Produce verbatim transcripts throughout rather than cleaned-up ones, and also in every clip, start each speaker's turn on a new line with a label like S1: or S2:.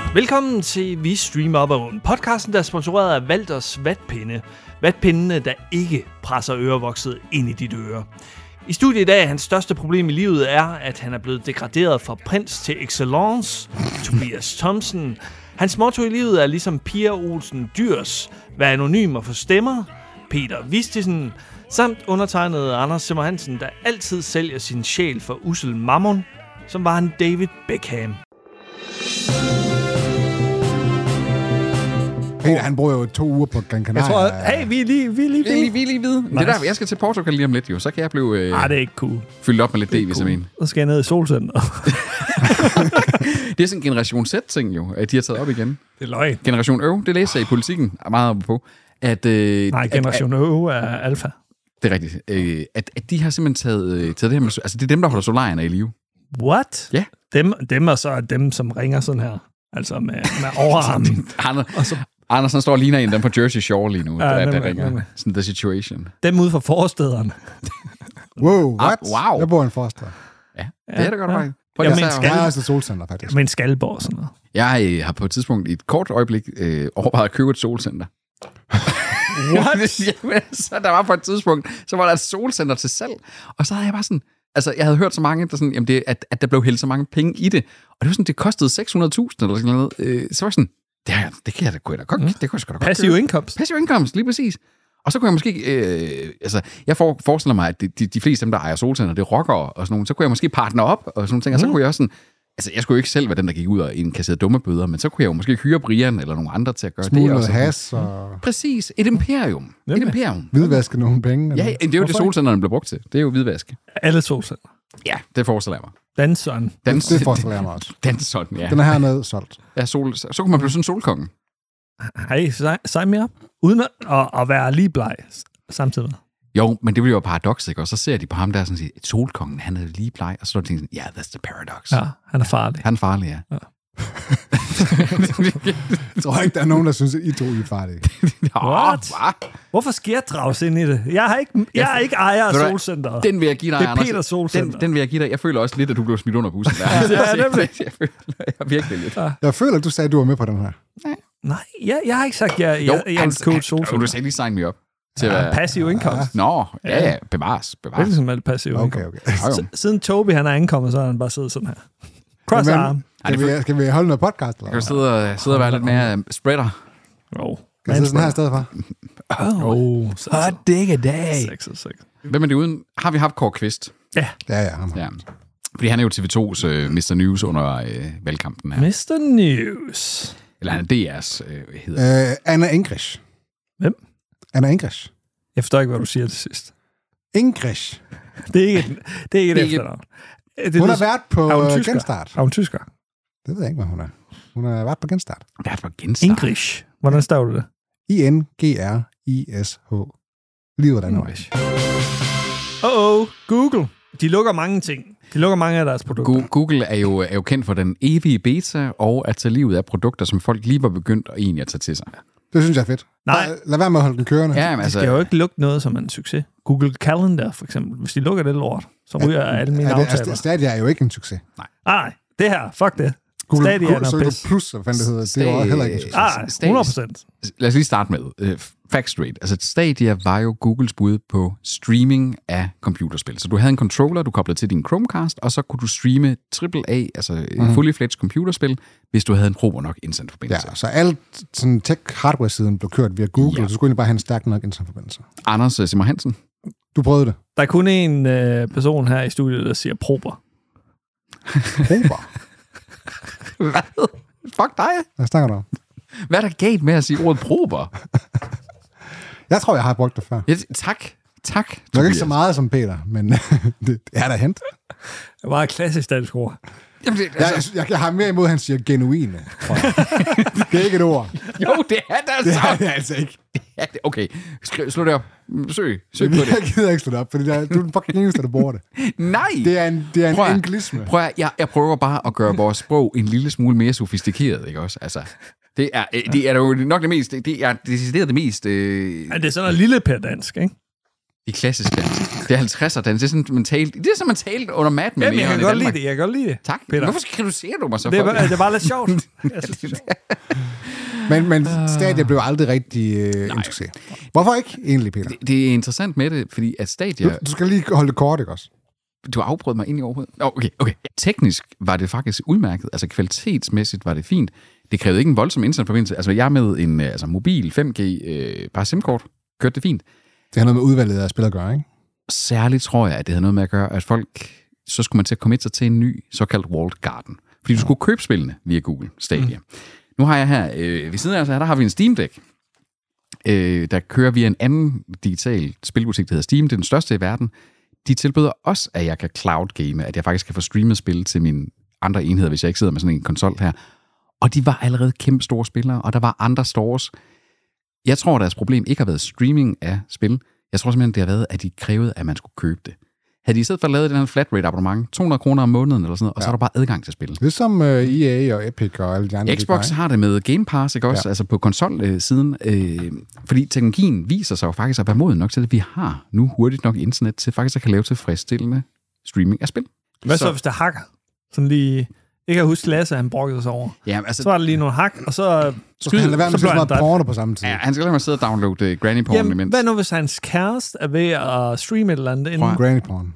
S1: Velkommen til Vi Streamer Op og Rundt, podcasten, der er sponsoreret af Walters Vatpinde. Vatpindene, der ikke presser ørevokset ind i dit øre. I studiet i dag, hans største problem i livet er, at han er blevet degraderet fra prins til excellence. Tobias Thomsen. Hans motto i livet er ligesom Pia Olsen Dyrs, vær anonym og få stemmer. Peter Vistisen. Samt undertegnede Anders Simmer Hansen, der altid sælger sin sjæl for ussel mammon, som var han David Beckham.
S2: Peter, han bruger jo to uger på Gran Canaria.
S1: Jeg tror, hey, vi er lige, vi er lige,
S3: vi er lige, vi er lige vide. Nice. Det er der, jeg skal til Portugal lige om lidt, jo. Så kan jeg blive øh,
S1: ah, det er ikke cool.
S3: fyldt op med lidt D-vitamin.
S1: Så skal jeg ned i solcenter.
S3: Det er sådan en generation Z-ting, jo, at de har taget op igen.
S1: Det er løgn.
S3: Generation Ø, det læser jeg i Politikken meget op på. At, øh,
S1: Nej, Generation Ø er alfa.
S3: Det er rigtigt. Øh, at, at de har simpelthen taget, øh, taget det her med... Altså, det er dem, der holder solarierne i live.
S1: What?
S3: Ja.
S1: Dem, dem er så dem, som ringer sådan her. Altså med, med overarmen.
S3: Anders, så... Anders, han står og ligner en dem på Jersey Shore lige nu, ja, der, der ringer.
S1: Nemlig.
S3: Sådan the situation.
S1: Dem ude fra forstederne.
S2: Wow, what?
S3: Ah, wow.
S2: Jeg bor i en forstad.
S3: Ja, det ja, er det godt. Ja.
S2: Prøv ja, men skal... Jeg er altså solcenter, faktisk.
S1: Men Skalborg og sådan noget.
S3: Jeg øh, har på et tidspunkt, i et kort øjeblik, øh, overvejet at købe et solcenter.
S1: What?
S3: Jamen, så der var på et tidspunkt, så var der et solcenter til salg, og så havde jeg bare sådan, altså jeg havde hørt så mange, der sådan, jamen det, at, at der blev hældt så mange penge i det, og det var sådan, det kostede seks hundrede tusind eller sådan noget, øh, så var jeg sådan, det, her, det kan jeg da gå ind og godt, mm. det kunne jeg sgu da godt
S1: Passiv indkomst.
S3: Passiv indkomst, lige præcis. Og så kunne jeg måske, øh, altså jeg for, forestiller mig, at de, de, de fleste dem, der ejer solcenter, det er rockere og sådan nogle, så kunne jeg måske partner op og sådan nogle ting, mm. og så kunne jeg også sådan, altså jeg skulle jo ikke selv være den, der gik ud og indkasserede dumme bøder, men så kunne jeg jo måske hyre Brian eller nogle andre til at gøre
S2: Smule
S3: det.
S2: Smule has og...
S3: Præcis, et imperium. Et imperium.
S2: Hvidvaske nogle penge.
S3: Ja, det er jo det, solcenterne bliver brugt til. Det er jo hvidvask.
S1: Alle solcenter.
S3: Ja, det forestiller jeg mig.
S1: Danseren.
S3: Dans,
S2: det forestiller jeg mig også.
S3: Danseren, ja.
S2: Den er hernede solgt.
S3: Ja, sol, så, så kunne man blive sådan en solkonge.
S1: Hey, sig mere op. Uden at, at være lige bleg samtidig.
S3: Jo, men det bliver jo paradoks, ikke? Og så ser de på ham der sådan siger, et solkongen, han er lige bleg, og så står de sådan, ja, yeah, that's the paradox.
S1: Ja, han er farlig.
S3: Han er farlig, ja. ja.
S2: Jeg tror ikke, der er nogen, der synes, at I to er farlige.
S1: What? Hvorfor skal jeg drages ind i det? Jeg har ikke, jeg er ikke ejer af solcenteret.
S3: Den vil jeg give dig,
S1: Anders. Det er Peter Solcenter.
S3: Den, den vil jeg give dig. Jeg føler også lidt, at du blev smidt under bussen. Der.
S1: Ja, det er
S3: jeg føler jeg virkelig lidt.
S2: Ja. Jeg føler, at du sagde, at du var med på den her.
S1: Nej, Nej jeg, jeg har ikke sagt, at jeg, jeg, jeg er en coach solcenter.
S3: Du sagde lige sign me up.
S1: Til ja, at, passiv indkomst.
S3: Nå, ja, ja, bevares, bevares.
S1: Det er som passiv
S2: okay,
S1: indkomst.
S2: Okay.
S1: S- siden Toby han er ankommet, så har han bare siddet sådan her. Cross
S2: men,
S1: arm.
S2: Skal, vi, skal vi holde noget podcast? Eller?
S3: Kan du sidde og, sidde og være lidt mere spreader?
S1: Jo. Oh.
S2: Kan du sidde sådan her i stedet for?
S1: Åh, oh, hot dig a day.
S3: Hvem er det uden? Har vi haft Kåre Kvist?
S1: Ja.
S2: Ja, ja.
S3: ja. Fordi han er jo T V to's uh, mister News under uh, valgkampen her.
S1: mister News.
S3: Eller han er D R's, uh, hedder
S2: uh, Anna English.
S1: Hvem?
S2: Anna English.
S1: Jeg forstår ikke, hvad du siger til sidst.
S2: English.
S1: Det er ikke et, det er ikke et efternavn.
S2: Hun har været på Genstart.
S1: Er hun tysker?
S2: Det ved jeg ikke, hvad hun er. Hun har været på Genstart.
S3: Været på Genstart?
S1: English. Hvordan staver du det?
S2: I N G R I S H. Lige hvordan
S1: English. Åh, Google. De lukker mange ting. De lukker mange af deres produkter.
S3: Google er jo, er jo kendt for den evige beta, og at tage livet af produkter, som folk lige var begyndt at egentlig at tage til sig.
S2: Det synes jeg er fedt.
S1: Nej.
S2: Lad, lad være med at holde den kørende.
S3: Ja, men
S1: altså, de skal jo ikke lukke noget som en succes. Google Calendar, for eksempel. Hvis de lukker det lort, så ryger ja, alle mine aftaler.
S2: Altså, Stadia er jo ikke en succes.
S3: Nej.
S1: Nej, det her, fuck det.
S2: Google,
S1: Stadia
S2: Google,
S1: er
S2: Google Plus, hvad fanden det hedder, det var heller ikke en succes.
S1: Nej, hundrede procent.
S3: Lad os lige starte med uh, fact straight. Altså, Stadia var jo Googles bud på streaming af computerspil. Så du havde en controller, du koblede til din Chromecast, og så kunne du streame triple A, altså mm. fully fledged computerspil, hvis du havde en prober nok internetforbindelse.
S2: Ja, så alt sådan tech-hardware-siden blev kørt via Google, ja. Så skulle egentlig bare have en stærk nok internetforbindelse.
S3: Anders Simmer Hansen.
S2: Du prøvede det.
S1: Der er kun en øh, person her i studiet, der siger prober.
S2: Prober?
S3: Hvad? Fuck dig.
S2: Hvad snakker du om?
S3: Hvad er der galt med at sige ordet prober?
S2: Jeg tror, jeg har brugt det før.
S3: Ja, tak. Tak.
S2: Det er ikke så meget som Peter, men det er der hent.
S1: Det var et klassisk dansk ord.
S3: Jamen, det, altså...
S2: jeg, jeg, jeg har mere imod, at han siger genuine. Det er ikke et ord.
S3: Jo, det er der
S2: det
S3: så.
S2: Det er det altså ikke.
S3: Ja, det, okay, Skriv, slå det op. Søg. Søg
S2: det,
S3: på det.
S2: Jeg gider ikke slå det op, fordi der, du er den fucking eneste, der bruger det.
S3: Nej.
S2: Det er en, det er en
S3: prøv,
S2: englisme.
S3: Prøv at, jeg, jeg prøver bare at gøre vores sprog en lille smule mere sofistikeret, ikke også? Altså, det er, det er jo nok det mest, det er decideret det mest... Øh...
S1: Ja, det er sådan en lille per dansk, ikke?
S3: De klassiske dans. Det er halvtredser dans. Det er sådan, man talte, det er sådan, man talte under Mad Men.
S1: Jamen, jeg kan godt lide det. Jeg kan godt lide det.
S3: Tak.
S1: Peter.
S3: Hvorfor kritiserer du mig så
S1: det
S3: for
S1: er,
S3: det?
S1: Det er bare lidt sjovt. Jeg synes, det er sjovt.
S2: Men, men Stadia blev aldrig rigtig øh, en succes. Hvorfor ikke egentlig, Peter?
S3: Det, det er interessant med det, fordi at Stadia...
S2: Du, du skal lige holde det kort, ikke også?
S3: Du har afbrudt mig ind i overhovedet. Oh, okay, okay. Teknisk var det faktisk udmærket. Altså kvalitetsmæssigt var det fint. Det krævede ikke en voldsom internetforbindelse. Altså jeg med en altså, mobil fem G, øh, bare SIM-kort, kørte det fint.
S2: Det har noget med udvalget af spil at gøre, ikke?
S3: Særligt tror jeg, at det havde noget med at gøre, at folk... Så skulle man til at komme sig til en ny såkaldt walled garden. Fordi du skulle købe spillene via Google Stadia. Mm. Nu har jeg her, øh, ved siden af os her, der har vi en Steam Deck. Øh, der kører via en anden digital spilbutik, der hedder Steam. Det er den største i verden. De tilbyder også, at jeg kan cloud-game, at jeg faktisk kan få streamet spil til mine andre enheder, hvis jeg ikke sidder med sådan en konsol her. Og de var allerede kæmpe store spillere, og der var andre stores. Jeg tror, at deres problem ikke har været streaming af spil. Jeg tror simpelthen, det har været, at de krævede, at man skulle købe det. Havde de i stedet for lavet den her flat rate abonnement, to hundrede kroner om måneden eller sådan noget, og ja. Så er der bare adgang til spillet.
S2: Ligesom uh, E A og Epic og alle de andre.
S3: Xbox de har det med Game Pass, ikke også? Ja. Altså på konsolsiden. Øh, fordi teknologien viser sig jo faktisk at være moden nok til, at vi har nu hurtigt nok internet til faktisk at kan lave tilfredsstillende streaming af spil.
S1: Hvad så, så hvis der hakker? Sådan lige... Jeg kan huske, Lasse, han brokkede sig over.
S3: Ja, altså,
S1: så var der lige nogle hak, og så...
S2: Så skal han lade være med så meget porno på samme tid.
S3: Ja, han skal lade mig sidde og downloade uh, granny porn
S1: Jamen,
S3: imens.
S1: hvad nu, hvis hans kæreste er ved at streame et eller andet inden?
S2: Granny porn.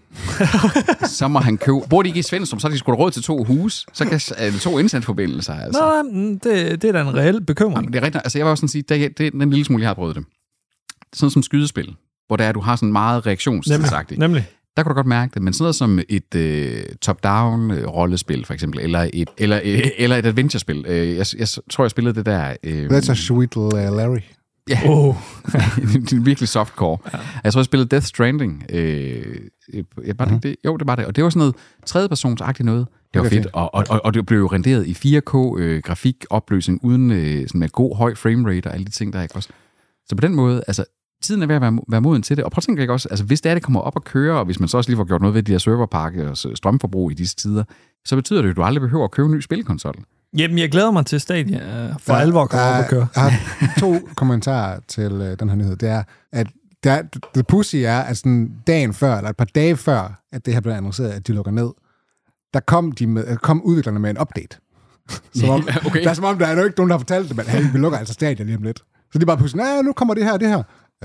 S3: Så må han købe... Bor de ikke i Svendstrup, så har de sgu da råd til to hus. Så kan uh, to internetforbindelser, altså.
S1: Nå, det, det er da en reel bekymring.
S3: Jamen, det er rigtigt. Altså, jeg vil også sådan sige, det, det er den lille smule, jeg har prøvet det. Sådan som skydespil, hvor der er, du har sådan meget reaktionsagtigt.
S1: Nemlig.
S3: Der kan du godt mærke det, men sådan noget som et øh, top-down-rollespil, for eksempel, eller et, eller, øh, eller et adventure-spil. Øh, jeg, jeg tror, jeg spillede det der... Øh,
S2: That's a sweet little uh, Larry.
S3: Ja, oh. Det er virkelig softcore. Ja. Jeg tror, jeg spillede Death Stranding. Øh, jeg, bare mm. det, jo, det var det. Og det var sådan noget tredjepersonsagtigt noget. Det var fedt, og, og, og det blev jo renderet i fire K-grafikopløsning, øh, uden øh, sådan med god, høj framerate og alle de ting, der ikke også. Så på den måde, altså... Tiden er ved at være, være moden til det. Og prøv at tænke ikke også, altså hvis det er, det kommer op og kører, og hvis man så også lige får gjort noget ved de her serverpakke og strømforbrug i disse tider, så betyder det, at du aldrig behøver at købe en ny spilkonsol.
S1: Jamen, jeg glæder mig til Stadia for ja, alvor kommer op og køre.
S2: Jeg har to kommentarer til uh, den her nyhed. Det er, at der, det pussy er, at sådan dagen før, eller et par dage før, at det her blev annonceret, at de lukker ned, der kom, de med, kom udviklerne med en update. Som om, ja, okay. Der er som om, der er jo ikke nogen, der har fortalt det, men hey, vi lukker altså Stadia lige om lidt. Så de bare pludselig, nej, nu kommer det her det her.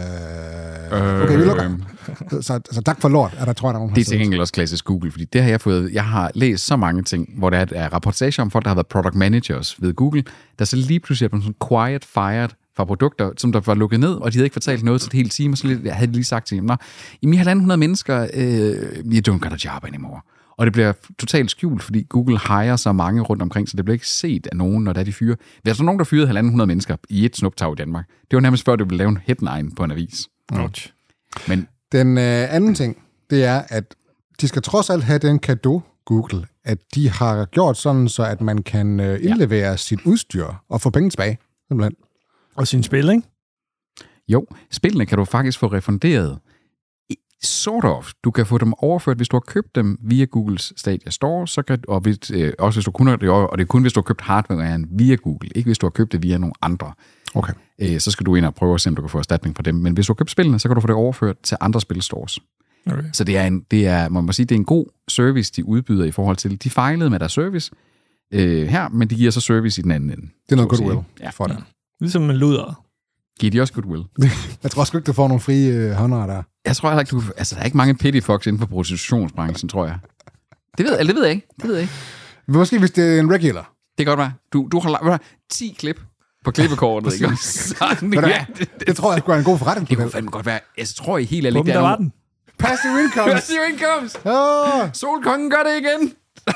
S2: Øh, okay, vi lukker. Så, så, så tak for lort, er der, tror jeg, der nogen,
S3: det er til gengæld også klassisk Google, fordi det har jeg fået, jeg har læst så mange ting, hvor der er rapportager om folk, der har været product managers ved Google, der så lige pludselig er blevet sådan quiet fired fra produkter, som der var lukket ned, og de havde ikke fortalt noget til et helt time, og så havde de lige sagt til dem, nå, i mi halvanden hundrede mennesker, øh, you don't got a job anymore. Og det bliver totalt skjult, fordi Google hirer så mange rundt omkring, så det bliver ikke set af nogen, når der er de fyre. Hvis der er nogen, der fyrede halvanden hundrede mennesker i et snuptag i Danmark, det var nærmest før, du ville lave en headline på en avis.
S2: Ouch. Men den øh, anden ting, det er, at de skal trods alt have den cadeau, Google, at de har gjort sådan, så at man kan øh, indlevere ja. sit udstyr og få penge tilbage, simpelthen.
S1: Og sin spil, ikke?
S3: Jo, spillene kan du faktisk få refunderet. Sort of. Du kan få dem overført, hvis du har købt dem via Googles Stadia Store, så kan, og hvis, øh, også hvis du kun har det, og det er kun hvis du har købt hardwaren via Google, ikke hvis du har købt det via nogle andre.
S2: Okay.
S3: Øh, så skal du ind og prøve at se, om du kan få erstatning for dem. Men hvis du har købt spillene, så kan du få det overført til andre spilstores. Okay. Så det er, en, det er, man må sige, det er en god service, de udbyder i forhold til, de fejlede med deres service øh, her, men de giver så service i den anden ende.
S2: Det er noget goodwill ja. for det. Ja.
S1: Ligesom med luder.
S3: Giver de også goodwill?
S2: Jeg tror også ikke, du får nogle frie øh, håndere der.
S3: Jeg tror heller ikke, du... Altså, der er ikke mange petty fox inden for prostitutionsbranchen, tror jeg. Det ved, eller det ved jeg ikke. Det ved jeg ikke.
S2: Måske hvis det er en regular.
S3: Det kan godt være. Du, du har ti klip på klippekortet, ikke? Sådan,
S2: ja. det, det, det tror jeg skulle være en god forretning.
S3: Det kunne fandme godt være. Jeg tror i helt ærligt,
S1: der, der var den.
S2: Passive income.
S3: Passive incomes.
S2: Oh.
S3: Solkongen gør det igen.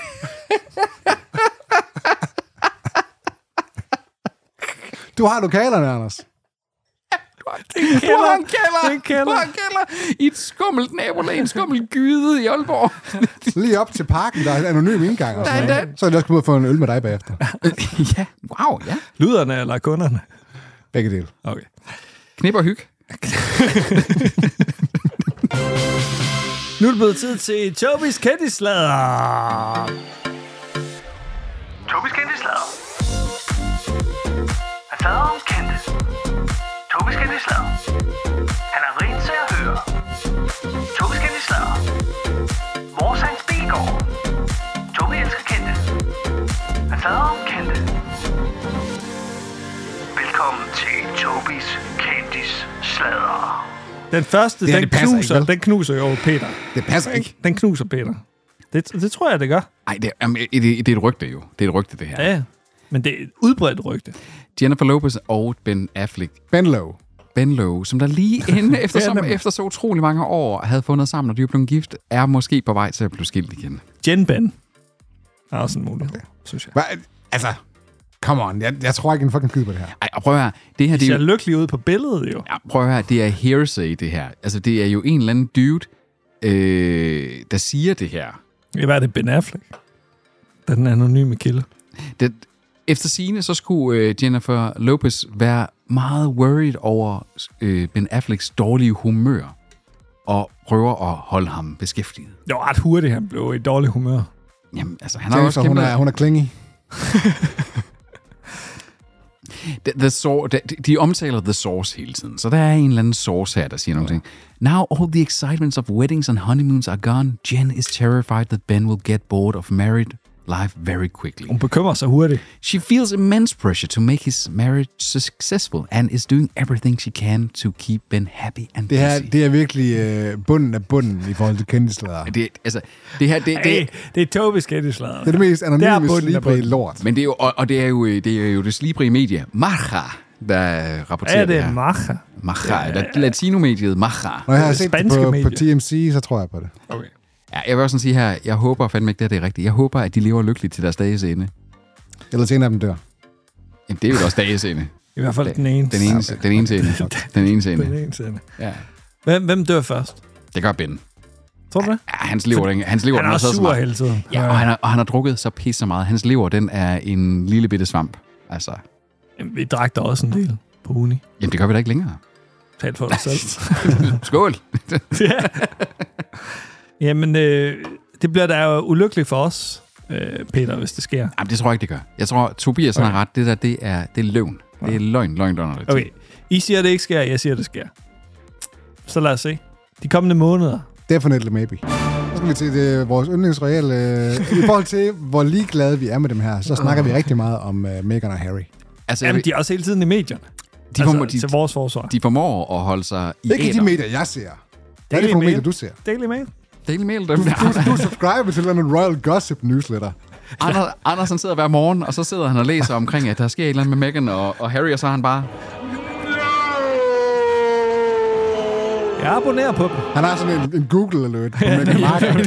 S2: Du har lokalerne, Anders.
S3: Du har en kælder. Du har en kælder.
S1: kælder.
S3: Du har en kælder. I et skummelt nabolag, en skummel gyde i Aalborg.
S2: Lige op til parken, der er en anonym indgang. Og sådan noget. Så er det også kommet ud og få en øl med dig bagefter.
S3: Ja, wow, ja.
S1: Lyderne eller kunderne?
S2: Begge dele.
S1: Okay.
S3: Knip og hyg.
S1: Nu er det blevet tid til Tobis kendisslader.
S4: Tobis kendisslader. Han slader om kendis.
S1: Tobis Kendisladder. Han er rent til at høre. Tobis Kendisladder. Vores Hans Bilgaard. Tobi elsker kendte. Han slader om kendte. Velkommen til Tobis Kendisladder. Den første,
S2: Ja,
S1: den,
S2: det passer
S1: knuser,
S2: ikke, vel?
S1: den knuser jo Peter.
S2: Det passer ikke.
S1: Den knuser Peter. Det, det tror jeg, det gør.
S3: Ej, det, er, det, det er et rygte jo. Det er et rygte, det her.
S1: Ja, men det er et udbredt rygte.
S3: Jennifer Lopez og Ben Affleck.
S2: Ben Lowe.
S3: Ben Lowe, som der lige inden efter,
S1: Ja,
S3: som,
S1: nemlig.
S3: efter så utrolig mange år havde fundet sammen, og de er blevet gift, er måske på vej til at blive skilt igen.
S1: Jen Ben er også en mulighed, synes jeg.
S2: Hva? Altså, come on. Jeg, jeg tror ikke en fucking skid på det her.
S3: Ej, og prøv at høre, det her,
S1: De
S3: det er
S1: ser
S3: jo,
S1: lykkelige ud på billedet, jo.
S3: ja, prøv at høre, det er hearsay, det her. Altså, det er jo en eller anden dude, øh, der siger det her.
S1: Hvad er det, Ben Affleck? Det er den anonyme kilde.
S3: Det, efter sigende, så skulle øh, Jennifer Lopez være meget worried over øh, Ben Afflecks dårlige humør, og prøver at holde ham beskæftiget.
S1: Det var ret hurtigt, han blev i dårlig humør.
S3: Jamen, altså, han har jo også
S2: Jennifer, hun
S3: kæmpet...
S2: er, hun er klingy.
S3: The, the source, de, de omtaler The Source hele tiden, så der er en eller anden source her, der siger nogle ting. Now all the excitements of weddings and honeymoons are gone. Jen is terrified that Ben will get bored of married life very quickly.
S1: Hun bekymrer sig hurtigt.
S3: She feels immense pressure to make his marriage successful and is doing everything she can to keep Ben happy and
S2: Det her,
S3: busy.
S2: det er virkelig øh, bunden af bunden i forhold til kendisladder.
S3: Det, altså, det her, det, det,
S1: Hey, det er Tobis Kendisladder.
S2: Det er det mest
S1: Der er
S2: anonyme
S1: bunden af
S2: slibrige
S1: bunden.
S2: lort.
S3: men det er jo, og, og det er jo det, er jo det slibrige medie, Marca, der rapporterer
S1: Ja, det
S3: det
S1: er
S3: her.
S1: Macha.
S3: Macha, ja, latinomediet Macha.
S2: Når jeg har
S1: Det
S2: set det
S1: spanske
S2: på,
S1: medie.
S2: på T M C, så tror jeg på det.
S1: Okay.
S3: Ja, jeg vil også sådan sige her, jeg håber fandme ikke, det, det er rigtigt. Jeg håber, at de lever lykkeligt til deres dages ende.
S2: Eller til en af dem dør.
S3: Jamen, det er jo også dages ende.
S1: I hvert fald den ene.
S3: Den ene, den ene ende. Den ene
S1: Den
S3: ende.
S1: ene scene.
S3: Ja.
S1: Hvem, hvem dør først?
S3: Det gør Ben.
S1: Tror du det?
S3: Ja, hans lever, den, hans lever,
S1: Han
S3: den
S1: er
S3: har
S1: også
S3: taget så
S1: sur
S3: meget.
S1: hele tiden.
S3: Ja, og han, har, og han har drukket så pisse så meget. Hans lever, den er en lille bitte svamp. Altså,
S1: Jamen, vi drak der også en del på uni.
S3: jamen, det gør vi da ikke længere.
S1: Tal for dig selv.
S3: Skål!
S1: Ja. Jamen, øh, det bliver da jo ulykkeligt for os, øh, Peter, hvis det sker.
S3: Jamen, det tror jeg ikke, det gør. Jeg tror, Tobias okay.
S1: Okay.
S3: har ret. Det der, det er, det er løgn. Det er løgn, løgn, løgn. løgn.
S1: Okay, I siger, det ikke sker, jeg siger, det sker. Så lad os se. De kommende måneder.
S2: Definitely maybe. Så skal vi til det, vores yndlingsroyale. Øh, I forhold til, hvor ligeglade vi er med dem her, så snakker vi rigtig meget om uh, Meghan og Harry.
S3: Altså,
S1: Jamen,
S3: jeg,
S1: de er også hele tiden i medierne.
S3: de,
S1: Altså,
S3: formår, de,
S1: til vores forsvar.
S3: de formår at holde sig i
S2: Ikke i de
S3: æter.
S2: medier, jeg ser. Hvad er det
S1: Daily
S2: for nogle
S1: Mail.
S2: medier, du ser?
S1: Daily Mail.
S3: Daily Mail,
S2: Du,
S3: dem der.
S2: du, du subscriber til en Royal Gossip newsletter.
S3: Anders, Andersen sidder hver morgen, og så sidder han og læser omkring, at der sker et eller andet med Meghan og, og Harry, og så er han bare...
S1: Jeg abonnerer på dem.
S2: Han har sådan en, en Google alert på Meghan Markle.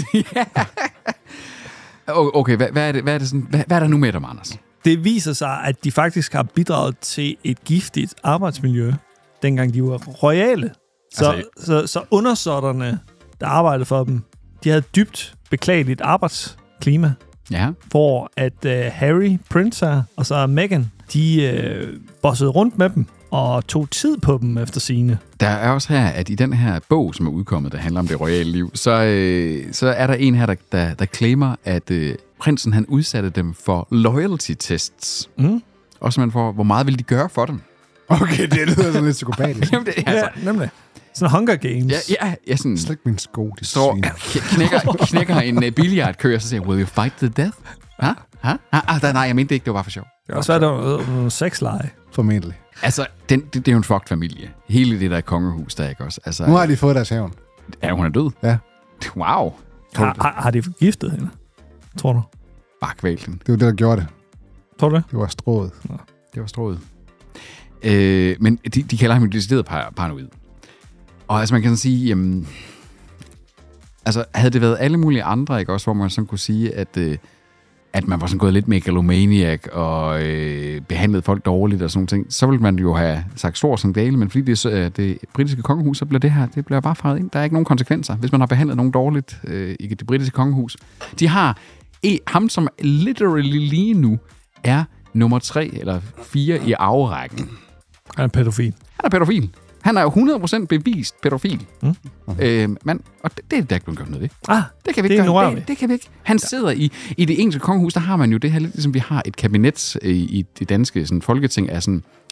S3: Okay, hvad, hvad, er det, hvad, er det sådan, hvad, hvad er der nu med dem, Anders?
S1: Det viser sig, at de faktisk har bidraget til et giftigt arbejdsmiljø, dengang de var royale. Så,
S3: Altså-
S1: så, så undersåtterne, der arbejdede for dem, de havde dybt beklageligt arbejdsklima,
S3: Ja.
S1: hvor at uh, Harry, Prince her, og så Meghan, de uh, bossede rundt med dem og tog tid på dem efter sigende.
S3: Der er også her, at i den her bog, som er udkommet, der handler om det royale liv, så, øh, så er der en her, der, der, der claimer, at øh, prinsen han udsatte dem for loyalty tests.
S1: Mm.
S3: Også simpelthen for, hvor meget ville de gøre for dem?
S2: Okay, det lyder sådan lidt psykopatisk.
S3: Jamen, det, altså,
S1: Ja, nemlig. Sådan Hunger Games.
S3: ja, ja, ja, sådan...
S2: Slik min sko, de
S3: står,
S2: svin.
S3: knækker, knækker en uh, billiardkører, og så siger, will you fight the death? Ha? Ha? Ah, ah, nej, jeg mente det ikke, det var bare for sjov.
S1: Det er også svært at nogle sexleje.
S2: Formentlig.
S3: Altså, den, det, det er jo en fucked familie. Hele det der kongehus, der ikke også. Altså,
S2: Nu har de fået deres hævn.
S3: ja, hun er død.
S2: Ja.
S3: Wow.
S1: Har, har, har de forgiftet hende? Tror du?
S3: Bare kvæl den.
S2: Det var det, der gjorde det.
S1: Tror du det?
S2: Det var strået.
S3: Det var strået. Øh, men de, de kalder ham jo decideret par, paranoid. Og altså, man kan sådan sige, jamen... Altså, havde det været alle mulige andre, ikke også, hvor man sådan kunne sige, at, øh, at man var sådan gået lidt megalomaniac og øh, behandlet folk dårligt og sådan nogle ting, så ville man jo have sagt stor som dale, men fordi det er øh, det britiske kongehus, så bliver det her, det bliver bare faret ind. Der er ikke nogen konsekvenser, hvis man har behandlet nogen dårligt øh, i det britiske kongehus. De har e, ham, som literally lige nu er nummer tre eller fire i arverækken.
S1: Han er pædofil.
S3: Han er pædofil. Han er jo hundrede procent bevist pædofil. Mm. Øh, men, og det, det er der ikke blevet gjort noget ved.
S1: Ah,
S3: Det kan vi
S1: det
S3: ikke
S1: ignorerer
S3: gøre.
S1: vi.
S3: Det, det kan vi ikke. Han sidder i, i det engelske kongehus, der har man jo det her lidt ligesom vi har et kabinet i, i det danske sådan, folketing af sådan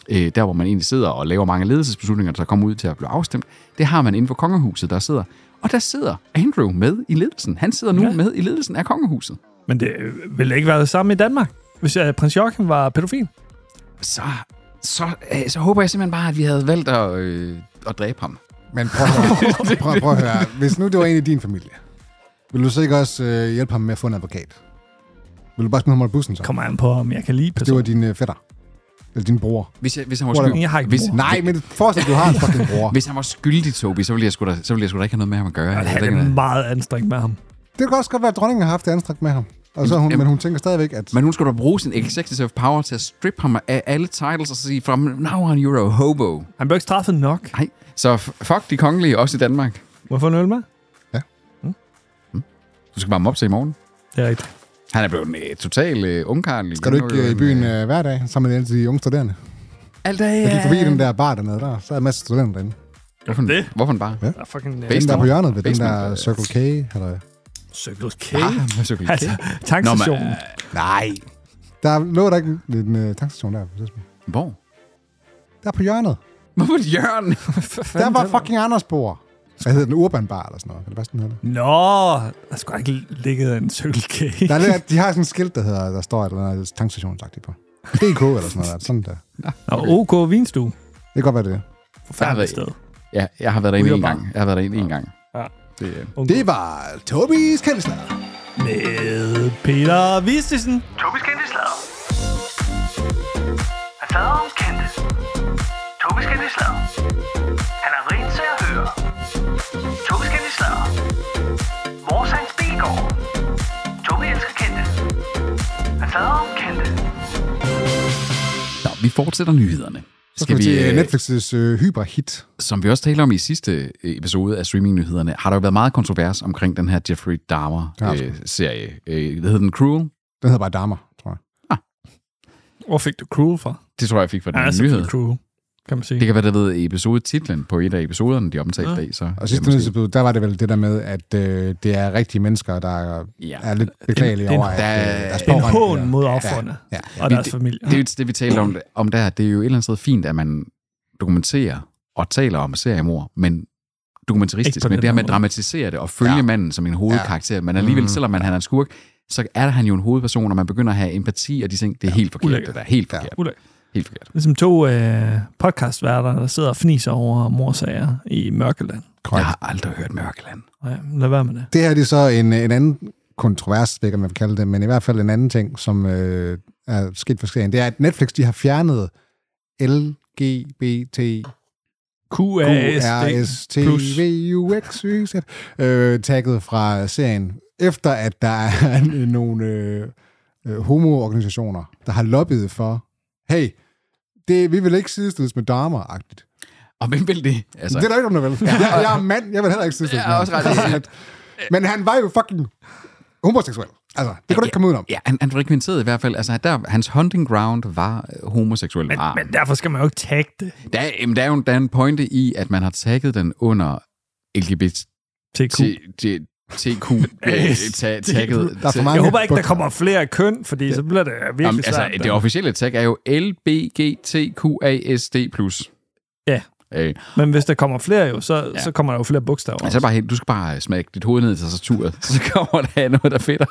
S3: øh, der hvor man egentlig sidder og laver mange ledelsesbeslutninger, der kommer ud til at blive afstemt, det har man inden for kongehuset, der sidder. Og der sidder Andrew med i ledelsen. Han sidder nu ja. med i ledelsen af kongehuset.
S1: Men det ville ikke være det samme i Danmark, hvis uh, prins Joachim var pædofil.
S3: Så, så, øh, så håber jeg simpelthen bare, at vi havde valgt at, øh, at dræbe ham.
S2: Men prøv at, høre, prøv, prøv at høre. Hvis nu det var en i din familie, vil du så ikke også øh, hjælpe ham med at få en advokat? Vil du bare smide ham under bussen så?
S1: Kommer an på, om jeg kan lide personen.
S2: Det var din øh, fætter. Eller din bror.
S3: Hvis, jeg, hvis han var
S1: skyldig.
S3: skyldig,
S1: Jeg har ikke
S3: hvis,
S1: bror.
S2: Nej, men forestil dig, du har en fucking bror.
S3: Hvis han var skyldig, Tobi, så ville jeg sgu da, så ville jeg sgu da ikke have noget med ham at gøre.
S1: Jeg havde det meget anstrengt med ham.
S2: Det kan også godt være, at dronningen har haft det anstrengt med ham. Og så hun,
S3: Jamen,
S2: men hun tænker stadigvæk, at...
S3: Men hun skulle da bruge sin executive power til at strippe ham af alle titles og så sige, from now on you're a hobo.
S1: Han blev ikke straffet nok.
S3: Nej, så fuck de kongelige, også i Danmark.
S1: Må jeg få en øl med?
S2: Ja.
S3: Mm. Mm. Du skal bare op til i morgen.
S1: Det er rigtigt.
S3: Han er blevet en uh, total uh, ungkarlig.
S2: Skal du ikke uh, i byen uh, hver dag, sammen med alle de unge studerende?
S3: Alt dag,
S2: Jeg gik forbi den der bar dernede, der så er en masse studenter derinde.
S3: Hvorfor en,
S1: det?
S3: hvorfor en bar?
S2: Ja.
S1: Der er fucking... Uh,
S2: Den der på hjørnet ved den
S3: Basement,
S2: der
S3: øh,
S2: Circle K, eller...
S1: Circle K?
S3: Ah, Circle K.
S1: Altså, tankstationen.
S3: Nå, men,
S2: Nej. Der lå der ikke en uh, tankstation der på tidspunkt.
S3: Hvor?
S2: Der på hjørnet.
S3: Hvorfor Jørgen?
S2: Der var fucking Anders bord. Hvad hedder den? Urban Bar eller sådan noget? Er det bare sådan, hedder det?
S1: Nå, der skulle ikke ligget en Circle K.
S2: Der er lidt, de har sådan et skilt, der hedder, der står, at der er tankstation sagt på. D K eller sådan noget. Sådan der.
S1: Nå, okay. OK Vinstue.
S2: Det kan godt være det.
S1: Forfærdeligt sted.
S3: Ja, jeg har været derinde en
S1: Udebar.
S3: gang. Jeg har været derinde en gang.
S1: Ja.
S3: Det, øh,
S1: Okay.
S2: Det var Tobis Kendtislader.
S1: Med Peter Vistisen.
S4: Tobis Kendtislader. Han slader om kendte. Tobis Kendtislader. Han er rent til at høre. Tobis Kendtislader. Vores Hans Bilgaard. Tobi elsker kendte. Han slader om kendte.
S3: Nå, vi fortsætter nyhederne.
S2: Så skal vi til Netflix's øh, hyperhit.
S3: Som vi også talte om i sidste episode af streamingnyhederne, har der jo været meget kontrovers omkring den her Jeffrey Dahmer-serie. Øh, øh, hvad hedder den? Cruel?
S2: Den hedder bare Dahmer, tror jeg.
S3: Ah.
S1: Hvor fik du Cruel fra?
S3: Det tror jeg, jeg fik fra den
S1: Ja,
S3: nyhed.
S1: selvfølgelig Cruel, kan man sige.
S3: Det kan være, der ved episodetitlen på et af episoderne, de omtalte ja. i. Så
S2: og sidste episode, der var det vel det der med, at øh, det er rigtige mennesker, der
S3: ja.
S2: er lidt beklagelige over, at
S3: der,
S2: øh,
S1: en hån mod offerne ja. Ja. og deres
S3: det,
S1: familie.
S3: Det er jo det, vi taler om, om der. Det er jo et eller andet sted fint, at man dokumenterer og taler om seriemord, men dokumentaristisk, men det her med at dramatisere det og følge ja. manden som en hovedkarakter, men alligevel, mm. selvom man han er en skurk, så er der han jo en hovedperson, og man begynder at have empati, og de ting, det er ja. helt forkert.
S1: Ulækkert.
S3: Det er helt forkert.
S1: Ja.
S3: Helt forkert.
S1: Ligesom to øh, podcastværter, der sidder og fniser over morsager i Mørkeland.
S3: Correct. Jeg har aldrig hørt Mørkeland.
S1: Ja, lad være med det.
S2: Det her det er så en, en anden kontrovers, ikke, om man vil kalde det, men i hvert fald en anden ting, som øh, er sket for serien. Det er, at Netflix de har fjernet L G B T
S1: Q R S T
S2: V U X Y Z øh, tagget fra serien, efter at der er nogle øh, øh, homo-organisationer, der har lobbyet for, hey, det, vi vil ikke sidestilles med Dahmer-agtigt.
S3: Og hvem vil det?
S2: Altså. Det er der ikke, om der vil. Jeg, jeg er mand, jeg vil heller ikke sidestilles med ham. Men han var jo fucking homoseksuel. Altså, det kunne du ikke komme ud om.
S3: Ja, han, han frekventerede i hvert fald, altså der, hans hunting ground var homoseksuel.
S1: Men, men derfor skal man jo ikke tagge det.
S3: Der, jamen, der er jo der er en pointe i, at man har tagget den under L G B T Q. T Q tagget.
S1: Jeg håber ikke, der kommer flere køn, fordi så bliver det virkelig
S3: Jamen,
S1: svært.
S3: Altså, det officielle tag er jo L B G T Q A S D plus.
S1: Ja. Øh. Men hvis der kommer flere jo, så, ja. så kommer der jo flere bogstaver.
S3: Altså bare helt, du skal bare smække dit hoved ned i tastaturet, så kommer der noget, der fedter.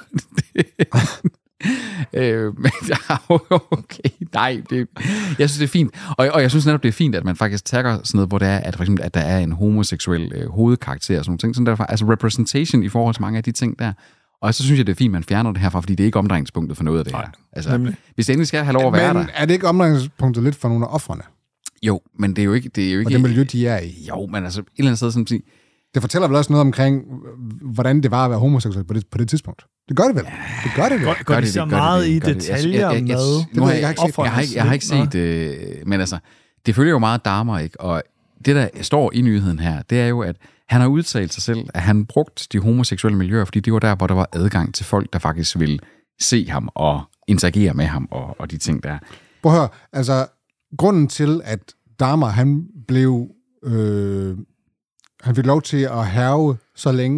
S3: øh, men okay, nej, det, jeg synes, det er fint. Og, og jeg synes netop, det er fint, at man faktisk tagger sådan noget, hvor det er, at for eksempel, at der er en homoseksuel øh, hovedkarakter og sådan nogle ting. Sådan derfor, altså representation i forhold til mange af de ting der. Og så synes jeg, det er fint, man fjerner det herfra, fordi det er ikke omdrejningspunktet for noget af det her. Altså, hvis det endelig skal have lov at være
S2: men
S3: der.
S2: Er det ikke omdrejningspunktet lidt for nogle af offrene?
S3: Jo, men det er jo ikke... Det er jo ikke
S2: og det miljø, de er i.
S3: Jo, men altså et eller andet sted, som siger...
S2: Det fortæller vel også noget omkring, hvordan det var at være homoseksuel på det, på det tidspunkt. Det gør det vel? Det gør det vel?
S1: Går, går det, det så meget i detaljer
S3: jeg, jeg, jeg,
S1: med
S3: nu har jeg, jeg, ikke set, jeg, har ikke, jeg har ikke set... Øh, men altså, det følger jo meget Dahmer, ikke? Og det, der står i nyheden her, det er jo, at han har udtalt sig selv, at han brugt de homoseksuelle miljøer, fordi det var der, hvor der var adgang til folk, der faktisk ville se ham og interagere med ham og, og de ting der.
S2: Prøv at høre, altså, grunden til, at Dahmer, han blev... Øh, han fik lov til at hærge så længe,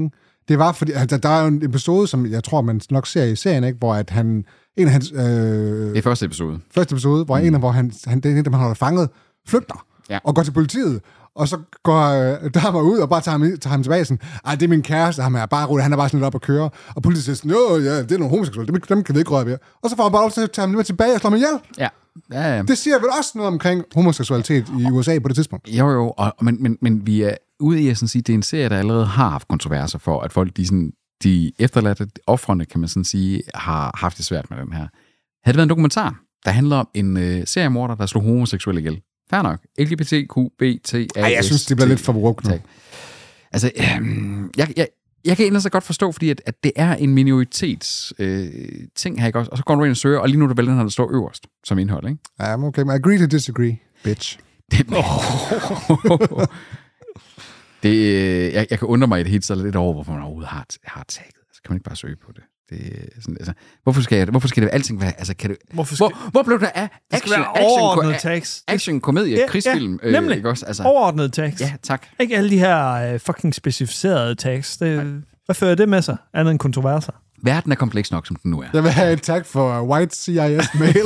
S2: Det var fordi, altså, der er jo en episode, som jeg tror, man nok ser i serien, ikke? Hvor at han, en af hans... Øh,
S3: Det er første episode.
S2: Første episode, hvor mm. en af, hvor han, han, det er en af dem, han holder fanget, flygter
S3: ja.
S2: og går til politiet. Og så går øh, damer ud og bare tager ham, tager ham tilbage sådan, ej, det er min kæreste, ham er bare rulle, han er bare sådan lidt op at køre. Og politiet siger sådan, jo, ja, det er nogle homoseksuelle, dem, dem kan vi ikke røre ved. Og så får han bare lov til at tage ham med tilbage og slå ham ihjel.
S3: Ja. Ja, ja.
S2: Det siger vel også noget omkring homoseksualitet i U S A på det tidspunkt.
S3: Jo, jo, og, men, men, men vi er ude i at sådan sige, det er en serie, der allerede har haft kontroverser for, at folk, de, sådan, de efterladte ofrene, kan man sådan sige, har haft det svært med den her. Havde det været en dokumentar, der handler om en øh, seriemorder, der slog homoseksuelle ihjel? Fair nok. L G B T Q B T A S.
S2: Ej, jeg synes, det bliver lidt for woke nu.
S3: Altså, øh, jeg, jeg, jeg kan egentlig så godt forstå, fordi at, at det er en minoritets øh, ting her, ikke også? Og så går du ind og søger, og lige nu er det vel den her, der står øverst som indhold, ikke?
S2: Ja, okay, men agree to disagree, bitch.
S3: Det, oh. det, øh, jeg, jeg kan undre mig i det hele taget lidt over, hvorfor man overhovedet har, har tagget. Så kan man ikke bare søge på det. Det er sådan, altså, hvorfor skal jeg, hvorfor skal det alting være, altså kan det,
S1: hvorfor skal,
S3: hvor, hvor blev der af
S1: action, overordnede tags?
S3: Action, komedie, ja, krigsfilm,
S1: ja, nemlig.
S3: Øh, ikke også? Altså,
S1: overordnede tags.
S3: Ja, tak.
S1: Ikke alle de her uh, fucking specificerede tags. Det, hvad fører det med sig? Andet end kontroverser.
S3: Verden er kompleks nok, som den nu er.
S2: Jeg vil have et tag for white C I S-mail.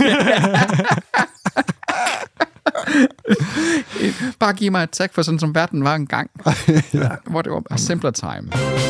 S3: Bare giv mig et tag for sådan, som verden var engang. Ja. Hvor det var a simpler time.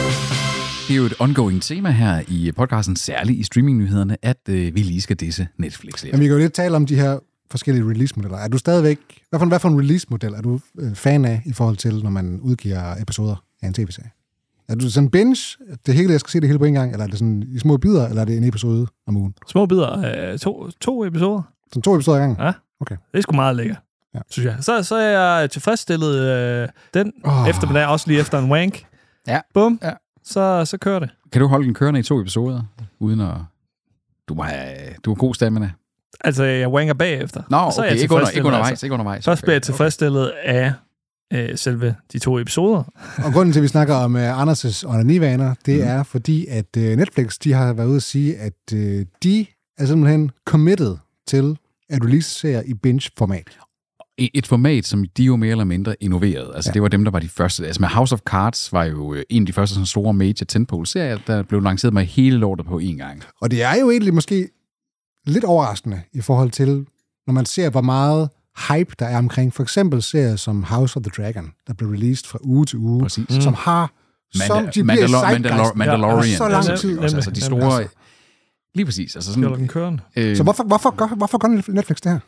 S3: Det er jo et ongoing tema her i podcasten, særligt i streamingnyhederne, at øh, vi lige skal disse Netflix lidt.
S2: Men vi kan jo lidt tale om de her forskellige release-modeller. Er du stadigvæk... Hvad for, hvad for en release-model er du øh, fan af i forhold til, når man udgiver episoder af en tv-serie? Er du sådan binge, det hele, jeg skal se det hele på en gang, eller er det sådan i små bidder, eller er det en episode om ugen?
S1: Små bidder. Øh, to, to episoder.
S2: Sådan to episoder ad gangen?
S1: Ja.
S2: Okay.
S1: Det er sgu meget lækkert, ja. Synes jeg. Så, så er jeg tilfredsstillet øh, den oh. eftermiddag, også lige efter en wank.
S3: Ja.
S1: Bum.
S3: Ja.
S1: Så, så kører det.
S3: Kan du holde den kørende i to episoder, uden at... Du, må have, du har god stamina.
S1: Altså, jeg wanker bagefter.
S3: Nå,
S1: så
S3: okay,
S1: er jeg
S3: ikke, under, ikke undervejs.
S1: Altså.
S3: Ikke undervejs.
S1: Først bliver jeg tilfredsstillet okay. af øh, selve de to episoder.
S2: Og grunden til, at vi snakker om uh, Anders' onanivaner, det mm. er fordi, at uh, Netflix, de har været ude at sige, at uh, de er simpelthen committed til at release serier i binge-format.
S3: Et format, som de jo mere eller mindre innoverede. Altså, ja. Det var dem, der var de første. Altså, med House of Cards var jo en af de første sådan store major tentpole-serier, der blev lanceret med hele lortet på én gang.
S2: Og det er jo egentlig måske lidt overraskende i forhold til, når man ser, hvor meget hype der er omkring for eksempel serier som House of the Dragon, der blev released fra uge til uge, Præcis. som har
S3: Manda-
S2: som de
S3: Mandalor- Mandalor- Mandalorian.
S2: Ja, så lang
S3: altså,
S2: tid.
S3: Også, altså, de store... Altså. Lige præcis. Altså sådan,
S1: den kørende.
S2: Øh, så hvorfor, hvorfor, gør, hvorfor gør Netflix det her?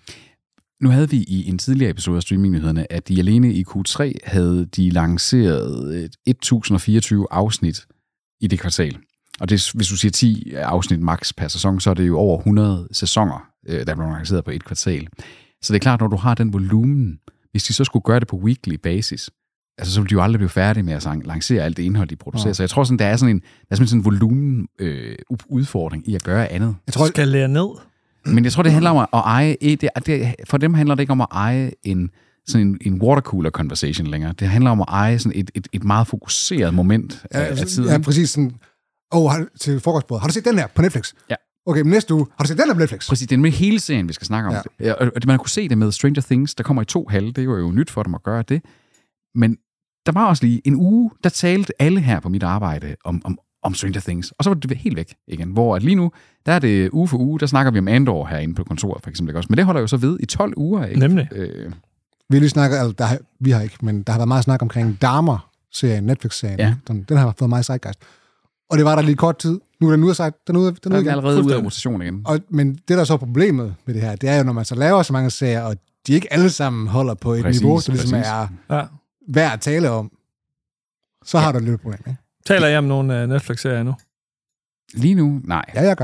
S3: Nu havde vi i en tidligere episode af streamingnyhederne, at de alene i Q tre havde de lanceret et tusind fireogtyve afsnit i det kvartal. Og det, hvis du siger ti afsnit max per sæson, så er det jo over hundrede sæsoner, der blev lanceret på et kvartal. Så det er klart, når du har den volumen, hvis de så skulle gøre det på weekly basis, altså så ville de jo aldrig blive færdige med at lancere alt det indhold, de producerer. Ja. Så jeg tror sådan, der er sådan en, der er sådan en volumen øh, udfordring i at gøre andet.
S1: Jeg tror, skal lære ned.
S3: Men jeg tror, det handler om at eje... Det, det, for dem handler det ikke om at eje en, sådan en, en watercooler conversation længere. Det handler om at eje sådan et, et, et meget fokuseret moment
S2: ja,
S3: af, af tiden.
S2: Ja, præcis sådan... Åh, oh, til frokostbordet. Har du set den her på Netflix?
S3: Ja.
S2: Okay, men næste uge. Har du set den her på Netflix?
S3: Præcis, det er med hele serien, vi skal snakke om. Ja. Det. Og man har kunne se det med Stranger Things, der kommer i to halve. Det er jo nyt for dem at gøre det. Men der var også lige en uge, der talte alle her på mit arbejde om, om, om Stranger Things. Og så var det helt væk igen. Hvor at lige nu, der er det uge for uge, der snakker vi om Andor herinde på kontoret, for eksempel. Ikke også? Men det holder jo så ved i tolv uger, ikke?
S1: Nemlig.
S3: Øh.
S2: Vi lige snakker, altså, der, vi har ikke, men der har været meget snak omkring Dahmer-serien, Netflix-serien.
S3: Ja.
S2: Den, den har fået meget zeitgeist. Og det var der lige kort tid. Nu er den ude af sig. Den er ude, den er
S3: ude, allerede ude af rotation igen.
S2: Og, men det, der er så problemet med det her, det er jo, når man så laver så mange serier, og de ikke alle sammen holder på et præcis, niveau, der ligesom er ja. værd at tale om, så ja. har du et lille problem, ikke?
S1: Taler jeg om nogle uh, Netflix-serier nu?
S3: Lige nu? Nej.
S2: Ja, jeg gør.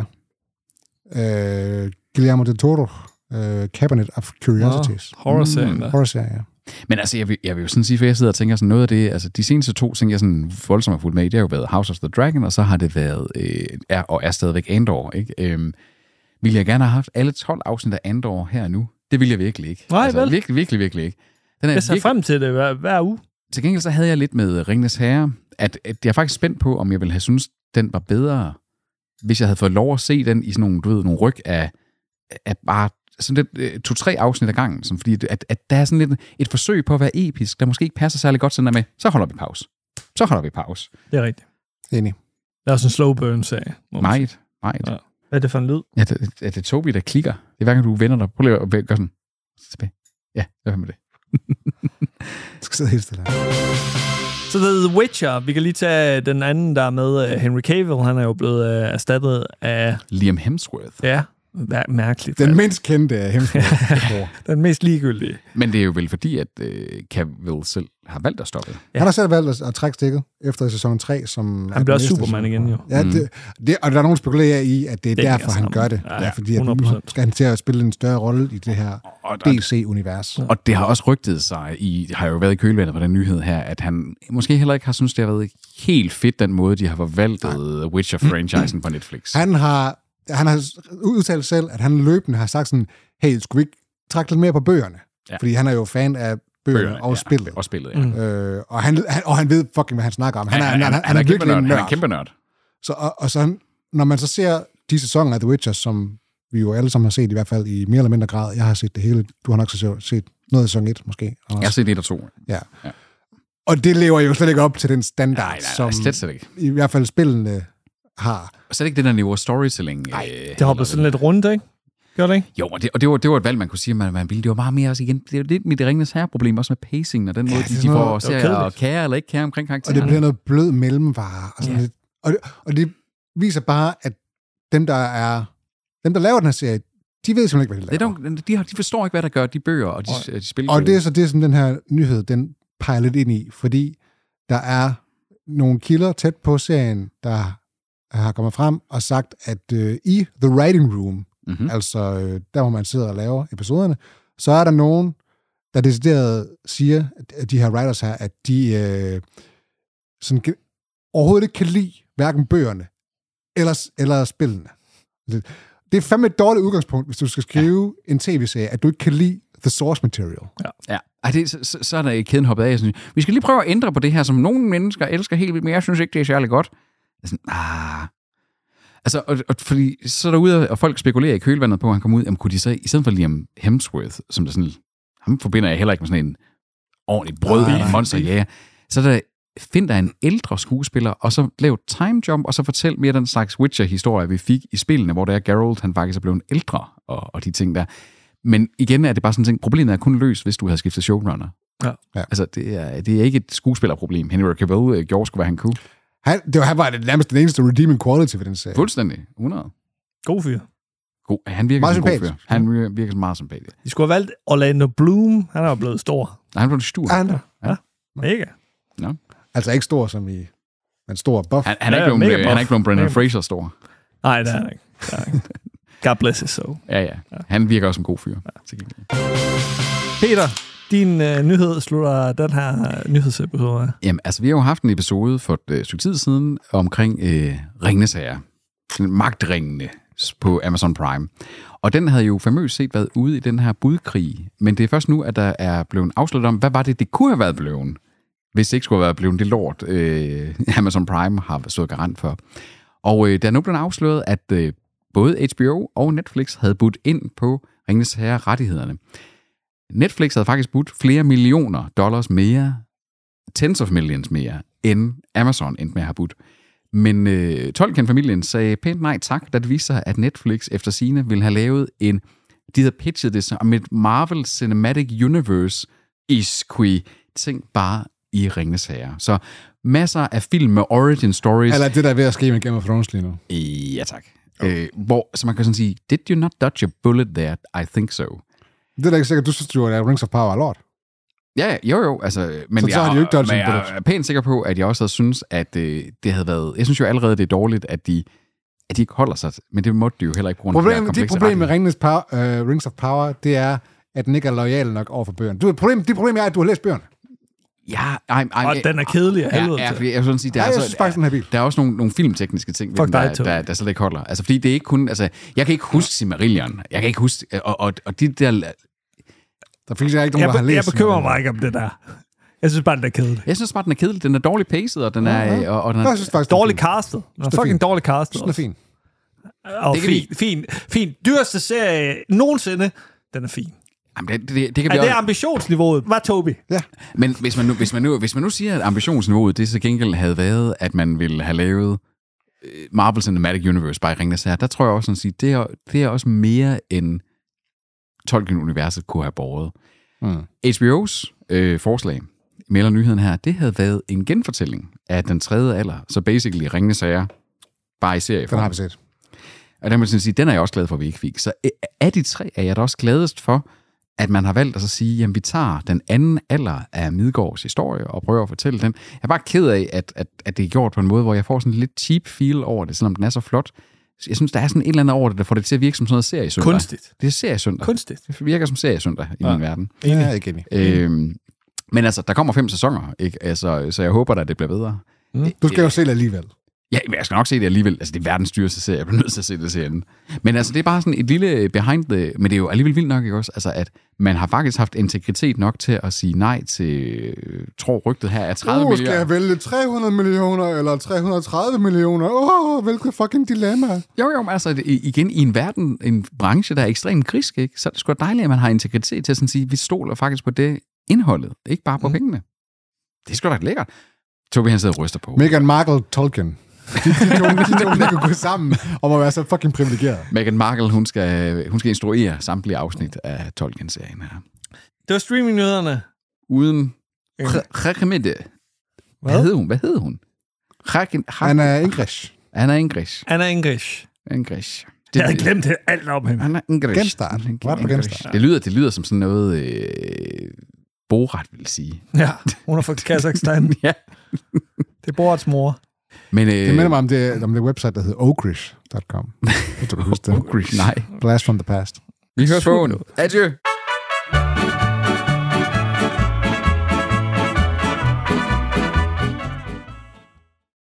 S2: Uh, Guillermo del Toro, uh, Cabinet of Curiosities.
S1: Oh, horror-serien,
S2: mm, horror-serien, ja.
S3: Men altså, jeg vil, jeg vil jo sådan sige, for jeg sidder og tænker sådan noget af det, altså de seneste to ting, jeg sådan voldsomt har fulgt med i, det har jo været House of the Dragon, og så har det været, øh, er, og er stadigvæk Andor, ikke? Øhm, ville jeg gerne have haft alle tolv afsnit af Andor her nu? Det ville jeg virkelig ikke.
S1: Nej,
S3: altså,
S1: vel?
S3: Virkelig, virkelig, virkelig ikke. Den er
S1: jeg ser
S3: virkelig...
S1: frem til det hver, hver uge.
S3: Til gengæld så havde jeg lidt med Ringenes Herre, at, at jeg er faktisk spændt på, om jeg ville have synes den var bedre, hvis jeg havde fået lov at se den i sådan nogle, du ved, nogle ryg af, af bare sådan lidt to-tre afsnit af gangen, sådan, fordi at, at der er sådan lidt et forsøg på at være episk, der måske ikke passer særlig godt sådan der med, så holder vi pause. Så holder vi pause.
S1: Det er rigtigt.
S2: Enig.
S1: Det er også en slow burn-sag.
S3: Meget, meget.
S1: Ja. Hvad er det for en lyd?
S3: Ja, det, er det Toby, der klikker? Det er hver gang, du vender dig. Prøv lige at gøre sådan. Tilbage. Ja, hvad med det?
S2: Du skal sidde helt stille.
S1: Så det er The Witcher. Vi kan lige tage den anden, der er med Henry Cavill. Han er jo blevet uh, erstattet af...
S3: Liam Hemsworth.
S1: Ja, mærkeligt.
S2: Den mindst kendte af Hemsworth.
S1: Den mest ligegyldige.
S3: Men det er jo vel fordi, at uh, Cavill selv har valgt at stoppe.
S2: Ja. Han har selv valgt at, at trække stikket efter sæson tre, som...
S1: Han bliver også Superman igen, jo.
S2: Ja, det, det, og der er nogen, der spekulerer i, at det er det derfor, han gør det.
S1: Ja,
S2: ja, fordi at nu skal han til at spille en større rolle i det her D C-univers.
S3: Og, og det har også rygtet sig, i har jo været i kølvandet på den nyhed her, at han måske heller ikke har synes det har været helt fedt, den måde, de har forvaltet Witcher-franchisen på Netflix.
S2: Han har, han har udtalt selv, at han løbende har sagt sådan, hey, skulle vi ikke trække lidt mere på bøgerne? Ja. Fordi han er jo fan af bøgerne, bøgerne og
S3: ja,
S2: spillet.
S3: Og spillet, ja.
S2: Mm. Øh, og, han, han, og han ved fucking, hvad han snakker om. Han er, han, han, han,
S3: han
S2: er,
S3: er
S2: virkelig en nørd.
S3: Han er kæmpe nørd.
S2: Så, og, og så, når man så ser de sæsoner af The Witcher, som vi jo alle sammen har set, i hvert fald i mere eller mindre grad. Jeg har set det hele. Du har nok så set noget af sæson et, måske.
S3: Anders. Jeg har set et og to.
S2: Ja. ja. Og det lever jo slet ikke op til den standard, nej, nej, nej,
S3: som
S2: slet,
S3: slet ikke.
S2: i hvert fald spillene har.
S3: Og så er det ikke det der niveau storytelling.
S1: Nej, øh, det hopper sådan lidt rundt, ikke? Gør det ikke?
S3: Jo, og det, og det, var, det var et valg, man kunne sige, at man, man ville. Det var meget mere også igen. Det er jo lidt med det Ringenes Herre-problem, også med pacing, og den måde, ja, de, de får serier og kære eller ikke kære omkring karaktererne.
S2: Og det bliver noget blød mellemvare. Og, sådan ja. lidt. Og, det, og det viser bare, at dem, der er dem, der laver den her serie, de ved simpelthen ikke, hvad de laver.
S3: De, de, de forstår ikke, hvad der gør de bøger og de, og, de spiller.
S2: Og det er så det, som den her nyhed, den peger lidt ind i, fordi der er nogle kilder tæt på serien, der har kommet frem og sagt, at øh, i The Writing Room, mm-hmm. altså øh, der, hvor man sidder og laver episoderne, så er der nogen, der decideret siger, at de her writers her, at de øh, sådan, overhovedet ikke kan lide hverken bøgerne eller, eller spillene. Det er fandme et dårligt udgangspunkt, hvis du skal skrive ja. en tv-serie, at du ikke kan lide the source material.
S3: Ja. ja. Ej, det, så, så er der kæden hoppet af. Sådan, vi skal lige prøve at ændre på det her, som nogle mennesker elsker helt vildt, men jeg synes ikke, det er særlig godt. Sådan, ah... Altså, og, og, fordi så er der ude, og folk spekulerer i kølvandet på, at han kommer ud, jamen kunne de så, i stedet for Liam Hemsworth, som der sådan, ham forbinder jeg heller ikke med sådan en ordentlig brød i monster, ja, så der, find der en ældre skuespiller, og så lav time jump, og så fortæl mere den slags Witcher-historie, vi fik i spillene, hvor der er Geralt, han faktisk er blevet ældre, og, og de ting der. Men igen er det bare sådan en ting, problemet er kun løst, hvis du har skiftet showrunner. Ja. Ja. Altså, det er, det er ikke et skuespillerproblem. Henry Cavill gjorde sgu, hvad han kunne.
S2: Han, det var, han var det nærmest den eneste redeeming quality for den serie.
S3: Fuldstændig. hundrede.
S1: God fyr.
S3: God. Han virker meget som god fyr. Han virker meget sympatisk.
S1: De skulle have valgt Orlando Bloom. Han er jo blevet stor.
S3: Nej, han blev stor.
S2: Ja,
S1: ja. ja. Mega.
S3: Ja.
S2: Altså ikke stor som i, men stor buff.
S3: Han, han, er, ikke blevet, han er ikke blevet Brendan Fraser stor.
S1: Nej, det er han ikke. Det er han ikke. God bless his soul.
S3: Ja, ja. Han virker også som god fyr. Ja.
S1: Peter, din øh, nyhed slutter den her nyhedsepisode.
S3: Jamen, altså, vi har jo haft en episode for et øh, stykke tid siden omkring øh, Ringenes Herre. Magtringene på Amazon Prime. Og den havde jo famøst set været ude i den her budkrig. Men det er først nu, at der er blevet afsluttet om, hvad var det, det kunne have været blevet, hvis det ikke skulle have været blevet det lort, øh, Amazon Prime har stået garant for. Og øh, der er nu blevet afsløret, at øh, både H B O og Netflix havde budt ind på Ringenes Herre-rettighederne. Netflix havde faktisk budt flere millioner dollars mere, tens of millions mere, end Amazon endte med at have budt. Men øh, Tolkien-familien sagde pænt nej tak, da det viste sig, at Netflix efter sigende ville have lavet en, de havde pitchet det som et Marvel Cinematic Universe isqui ting bare i Ringenes Herre. Så masser af film med origin stories.
S2: Eller det, der er ved at ske med Game of Thrones lige nu.
S3: Ja tak. Okay. Øh, hvor, så man kan sådan sige, did you not dodge a bullet there? I think so.
S2: Det er da ikke sikkert, du synes jo, at Rings of Power er lort.
S3: Ja, jo jo, altså, men,
S2: så,
S3: jeg,
S2: så har de jo ikke
S3: men jeg er pænt sikker på, at jeg også havde synes, at øh, det havde været, jeg synes jo allerede, det er dårligt, at de, at de ikke holder sig, men det måtte de jo heller ikke bruge.
S2: Problem, det problem med Rings, Power, uh, Rings of Power, det er, at den ikke er lojal nok over for bøgerne. Du, problem, det problem er, at du har læst bøgerne.
S3: Ja, ej, ej,
S1: og den er kedelig af helvede.
S3: Ja, ja, fordi jeg vil sådan sige, der,
S2: ja,
S3: er,
S2: jeg synes, faktisk, den er
S3: der er også nogle, nogle filmtekniske ting, den, der, der, der slet ikke holder. Altså, fordi det er ikke kun, altså, jeg kan ikke huske Silmarillion. Jeg kan ikke huske, og, og, og de der...
S2: Der findes ikke nogen, der har læst.
S1: Jeg bekymrer mig ikke om det der. Jeg synes bare, den er kedelig.
S3: Jeg synes bare, den er kedelig. Den er dårligt paced, og den er... Ja, ja. Og, og den er
S1: jeg synes faktisk, dårligt castet. Den er fucking dårligt castet.
S2: Den er fin.
S1: Og fin, fin, fin. Dyreste serie nogensinde. Den er fin.
S3: Jamen, det, det, det kan
S1: Er
S3: vi
S1: det
S3: også...
S1: ambitionsniveauet? Var Toby?
S2: Ja.
S3: Men hvis man, nu, hvis, man nu, hvis man nu siger, at ambitionsniveauet, det så gengæld havde været, at man ville have lavet Marvel Cinematic Universe bare i Ringenes Herre, der tror jeg også, at det er, det er også mere end Tolkien-universet kunne have båret.
S2: Mm.
S3: H B O's øh, forslag, melder nyheden her, det havde været en genfortælling af den tredje alder, så basically Ringenes Herre, bare i serie.
S2: Den har vi set.
S3: Og der må jeg sige, den er jeg også glad for, at vi ikke fik. Så af de tre er jeg da også gladest for, at man har valgt at så sige, jamen vi tager den anden alder af Midgårds historie og prøver at fortælle den. Jeg er bare ked af, at, at, at det er gjort på en måde, hvor jeg får sådan en lidt cheap feel over det, selvom den er så flot. Jeg synes, der er sådan et eller andet over det, der får det til at virke som sådan noget seriesøndag.
S1: Kunstigt.
S3: Det er seriesøndag.
S1: Kunstigt.
S3: Det virker som seriesøndag i ja. min verden.
S2: Ja, jeg er ikke enig.
S3: Øhm, men altså, der kommer fem sæsoner, ikke? Altså, så jeg håber da, at det bliver bedre.
S2: Mm. Du skal jo se det alligevel.
S3: Ja, men jeg skal nok se det alligevel. Altså, det er verdens dyreste serie. Jeg bliver nødt til at se det serien. Men altså, det er bare sådan et lille behind the... Men det er jo alligevel vildt nok, ikke også? Altså, at man har faktisk haft integritet nok til at sige nej til... Tror rygtet her er tredive
S2: uh,
S3: milliarder.
S2: Skal jeg vælge tre hundrede millioner eller tre hundrede og tredive millioner? Åh, oh, hvilket fucking dilemma.
S3: Jo, jo, men altså, det, igen, i en verden, en branche, der er ekstremt grisk, ikke? Så er det sgu dejligt, at man har integritet til at sådan sige, vi stoler faktisk på det indholdet, ikke bare på mm. pengene. Det er sgu da lækkert. Tobi, han sidder og ryster på.
S2: Meghan Markle, Tolkien. De, de, to, de to, de kunne gå sammen om at være så fucking privilegeret.
S3: Meghan Markle, hun skal, hun skal instruere samtlige afsnit af Tolkien-serien her.
S1: Det var streaming-nyhederne.
S3: Uden Rekemede. Hvad hed hun? Hvad hed hun?
S2: Anna English.
S3: Anna English.
S1: Anna English.
S3: English.
S1: Det, jeg havde glemt det alt om hende.
S3: Anna English.
S2: Genstart. Var det på genstart?
S3: Det lyder, det lyder som sådan noget... Øh, Borat vil sige.
S1: Ja, hun er fra Kazakhstan.
S3: Ja.
S1: Det er Borats mor.
S2: Men, øh, det minder mig om det, om det website, der hedder ogrish punktum com. Det tror du huske det?
S3: Ogrish, nej.
S2: Blast from the past.
S3: Vi høres på. Adieu.